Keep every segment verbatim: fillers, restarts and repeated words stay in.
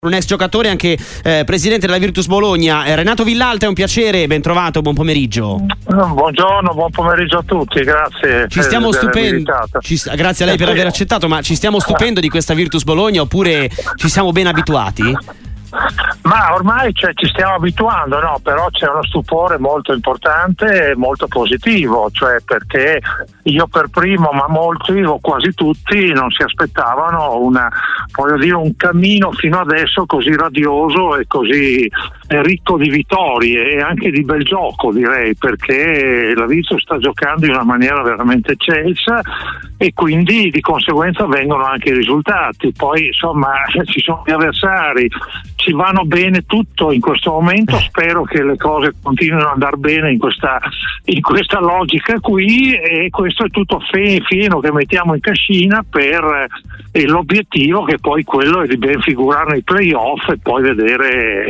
Un ex giocatore, anche eh, presidente della Virtus Bologna, eh, Renato Villalta, è un piacere, ben trovato, buon pomeriggio. Buongiorno, buon pomeriggio a tutti, grazie. Ci stiamo stupendo, ci, grazie a lei per aver accettato, ma ci stiamo stupendo di questa Virtus Bologna oppure ci siamo ben abituati? Ma ormai cioè, ci stiamo abituando, no? Però c'è uno stupore molto importante e molto positivo, cioè perché io per primo, ma molti o quasi tutti non si aspettavano una, voglio dire, un cammino fino adesso così radioso e così ricco di vittorie e anche di bel gioco, direi, perché la Virtus sta giocando in una maniera veramente eccelsa e quindi di conseguenza vengono anche i risultati. Poi insomma ci sono gli avversari, ci vanno bene tutto in questo momento, spero che le cose continuino ad andare bene in questa, in questa logica qui, e questo è tutto fe- fieno che mettiamo in cascina per eh, l'obiettivo che poi quello è di ben figurare nei playoff e poi vedere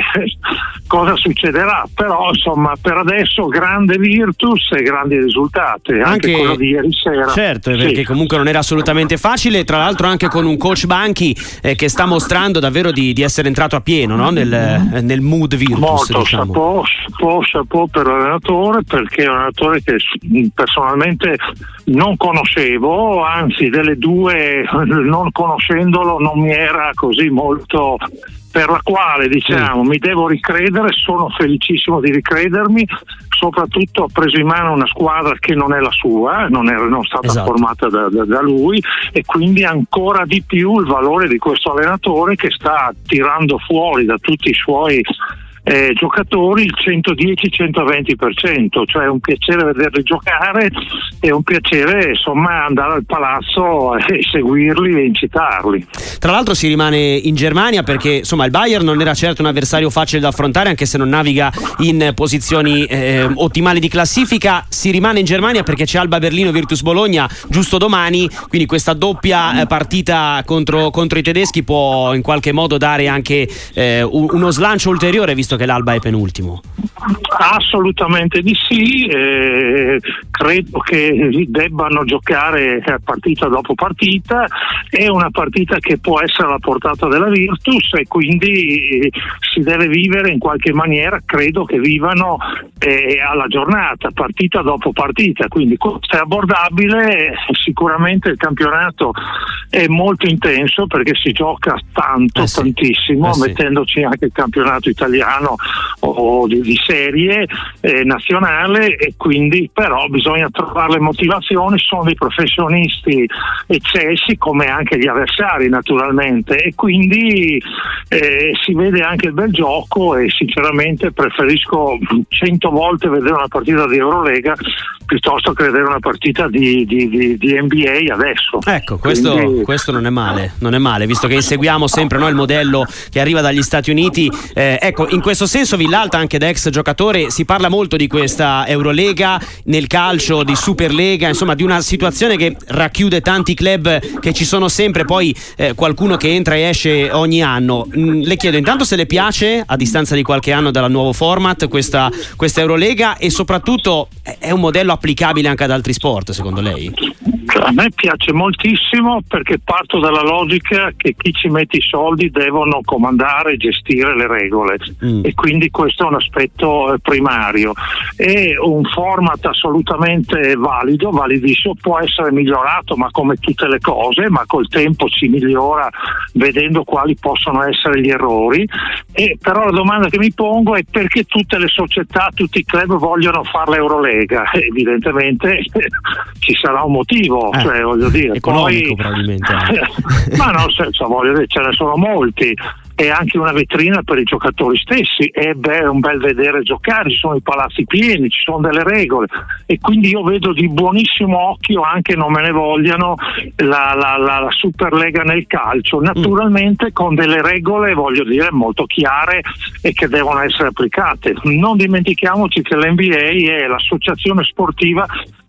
cosa succederà. Però insomma per adesso grande Virtus e grandi risultati, anche, anche quello di ieri sera. Certo, perché sì, comunque non era assolutamente facile, tra l'altro anche con un coach Banchi eh, che sta mostrando davvero di, di essere entrato a pieno, no? nel, eh, nel mood Virtus. Molto, diciamo. chapeau, chapeau, chapeau per l'allenatore, perché è un allenatore che personalmente non conoscevo, anzi delle due non conoscendolo non mi era così molto, per la quale diciamo sì. mi devo ricredere, sono felicissimo di ricredermi, soprattutto ha preso in mano una squadra che non è la sua, non è non stata esatto. formata da, da, da lui, e quindi ancora di più il valore di questo allenatore che sta tirando fuori da tutti i suoi Eh, giocatori il centodieci centoventi per cento, cioè è un piacere vederli giocare, è un piacere insomma andare al palazzo e seguirli e incitarli. Tra l'altro si rimane in Germania perché insomma il Bayern non era certo un avversario facile da affrontare, anche se non naviga in posizioni eh, ottimali di classifica. Si rimane in Germania perché c'è Alba Berlino Virtus Bologna giusto domani, quindi questa doppia eh, partita contro, contro i tedeschi può in qualche modo dare anche eh, uno slancio ulteriore, visto che l'Alba è penultimo. Assolutamente di sì, eh, credo che debbano giocare partita dopo partita, è una partita che può essere alla portata della Virtus e quindi si deve vivere in qualche maniera, credo che vivano eh, alla giornata, partita dopo partita, quindi questo è abbordabile. Sicuramente il campionato è molto intenso perché si gioca tanto, eh sì, tantissimo, eh sì. mettendoci anche il campionato italiano o di, di serie eh, nazionale, e quindi però bisogna trovare le motivazioni. Sono dei professionisti eccessi come anche gli avversari naturalmente, e quindi eh, si vede anche il bel gioco, e sinceramente preferisco cento volte vedere una partita di Eurolega piuttosto che vedere una partita di, di, di, di N B A adesso. Ecco, questo, quindi... questo non è male, non è male, visto che inseguiamo sempre no, il modello che arriva dagli Stati Uniti. Eh, ecco, in questo senso Villalta, anche da ex giocatore, si parla molto di questa Eurolega nel calcio, di Superlega, insomma di una situazione che racchiude tanti club, che ci sono sempre poi eh, qualcuno che entra e esce ogni anno. Mm, le chiedo intanto se le piace, a distanza di qualche anno dal nuovo format, questa, questa Eurolega, e soprattutto è un modello applicabile anche ad altri sport, secondo lei? A me piace moltissimo perché parto dalla logica che chi ci mette i soldi devono comandare e gestire le regole, mm. e quindi questo è un aspetto primario. È un format assolutamente valido, validissimo, può essere migliorato ma come tutte le cose, ma col tempo si migliora vedendo quali possono essere gli errori. E però la domanda che mi pongo è perché tutte le società, tutti i club vogliono fare l'Eurolega. Evidentemente ci sarà un motivo, eh, cioè voglio dire economico poi, probabilmente ma no, senza voglio dire, ce ne sono molti. È anche una vetrina per i giocatori stessi, è be- un bel vedere giocare, ci sono i palazzi pieni, ci sono delle regole, e quindi io vedo di buonissimo occhio, anche non me ne vogliano, la, la, la, la Superlega nel calcio, naturalmente mm. con delle regole, voglio dire, molto chiare e che devono essere applicate. Non dimentichiamoci che l'N B A è l'associazione sportiva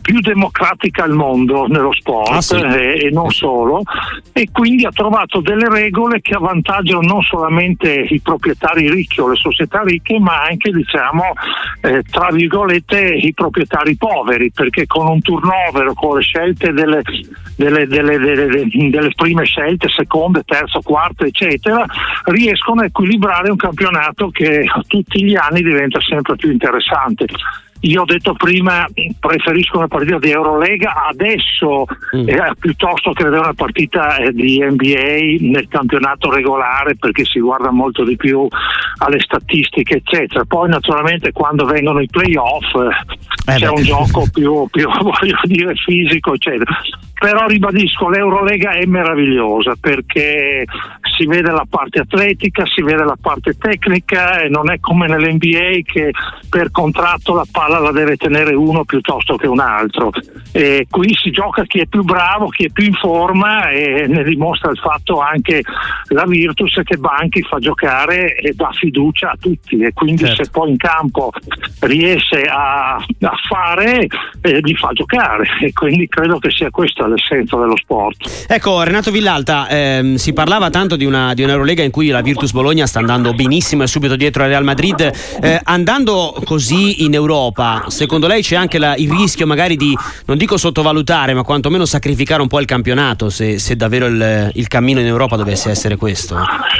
più democratica al mondo nello sport, ah, sì. eh, e non solo, e quindi ha trovato delle regole che avvantaggiano non solamente i proprietari ricchi o le società ricche, ma anche, diciamo, eh, tra virgolette, i proprietari poveri, perché con un turnover, con le scelte delle, delle, delle, delle, delle prime scelte, seconde, terzo, quarto, eccetera, riescono a equilibrare un campionato che tutti gli anni diventa sempre più interessante. Io ho detto prima, preferisco una partita di Eurolega adesso mm. eh, piuttosto che vedere una partita eh, di N B A nel campionato regolare, perché si guarda molto di più alle statistiche, eccetera. Poi naturalmente quando vengono i playoff eh, c'è beh. un gioco più, più voglio dire fisico, eccetera. Però ribadisco, l'Eurolega è meravigliosa perché si vede la parte atletica, si vede la parte tecnica, e non è come nell'N B A che per contratto la palla la deve tenere uno piuttosto che un altro. E qui si gioca chi è più bravo, chi è più in forma, e ne dimostra il fatto anche la Virtus, che Banchi fa giocare e dà fiducia a tutti, e quindi certo. se poi in campo riesce a, a fare, eh, li fa giocare, e quindi credo che sia questa l'essenza dello sport. Ecco, Renato Villalta, ehm, si parlava tanto di una di un'Eurolega in cui la Virtus Bologna sta andando benissimo e subito dietro al Real Madrid. Eh, andando così in Europa, secondo lei c'è anche la, il rischio magari di, non dico sottovalutare, ma quantomeno sacrificare un po' il campionato, se, se davvero il, il cammino in Europa dovesse essere questo?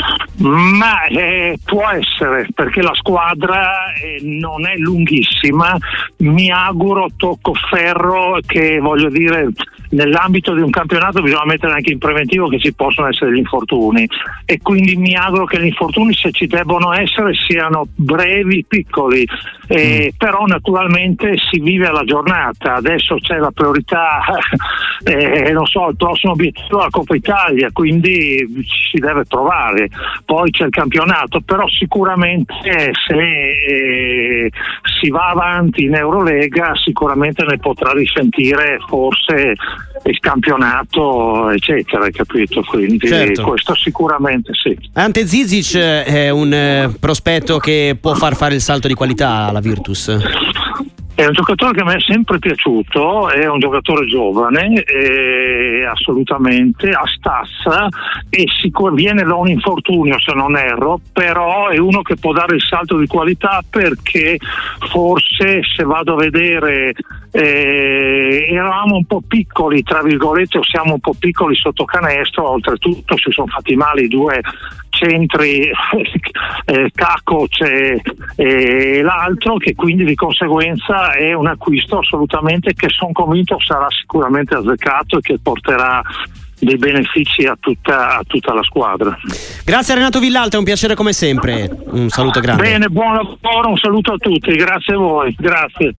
Ma eh, può essere, perché la squadra eh, non è lunghissima. Mi auguro, tocco ferro, che voglio dire, nell'ambito di un campionato bisogna mettere anche in preventivo che ci possono essere gli infortuni, e quindi mi auguro che gli infortuni, se ci debbono essere, siano brevi, piccoli, eh, mm. però naturalmente si vive alla giornata. Adesso c'è la priorità, eh, non so, il prossimo obiettivo è la Coppa Italia, quindi ci si deve provare. Poi c'è il campionato, però sicuramente se eh, si va avanti in Eurolega sicuramente ne potrà risentire forse il campionato, eccetera, capito? Quindi certo. questo sicuramente sì. Ante Zizic è un eh, prospetto che può far fare il salto di qualità alla Virtus? È un giocatore che a me è sempre piaciuto, è un giocatore giovane, eh, assolutamente, a stazza, e sicur- viene da un infortunio se non erro, però è uno che può dare il salto di qualità, perché forse, se vado a vedere, eh, eravamo un po' piccoli, tra virgolette, o siamo un po' piccoli sotto canestro. Oltretutto si sono fatti male i due centri, eh, Kakoc e, e l'altro, che quindi di conseguenza è un acquisto assolutamente che sono convinto sarà sicuramente azzeccato e che porterà dei benefici a tutta, a tutta la squadra. Grazie a Renato Villalta, è un piacere come sempre, un saluto grande. Bene, buon lavoro, un saluto a tutti, grazie a voi, grazie.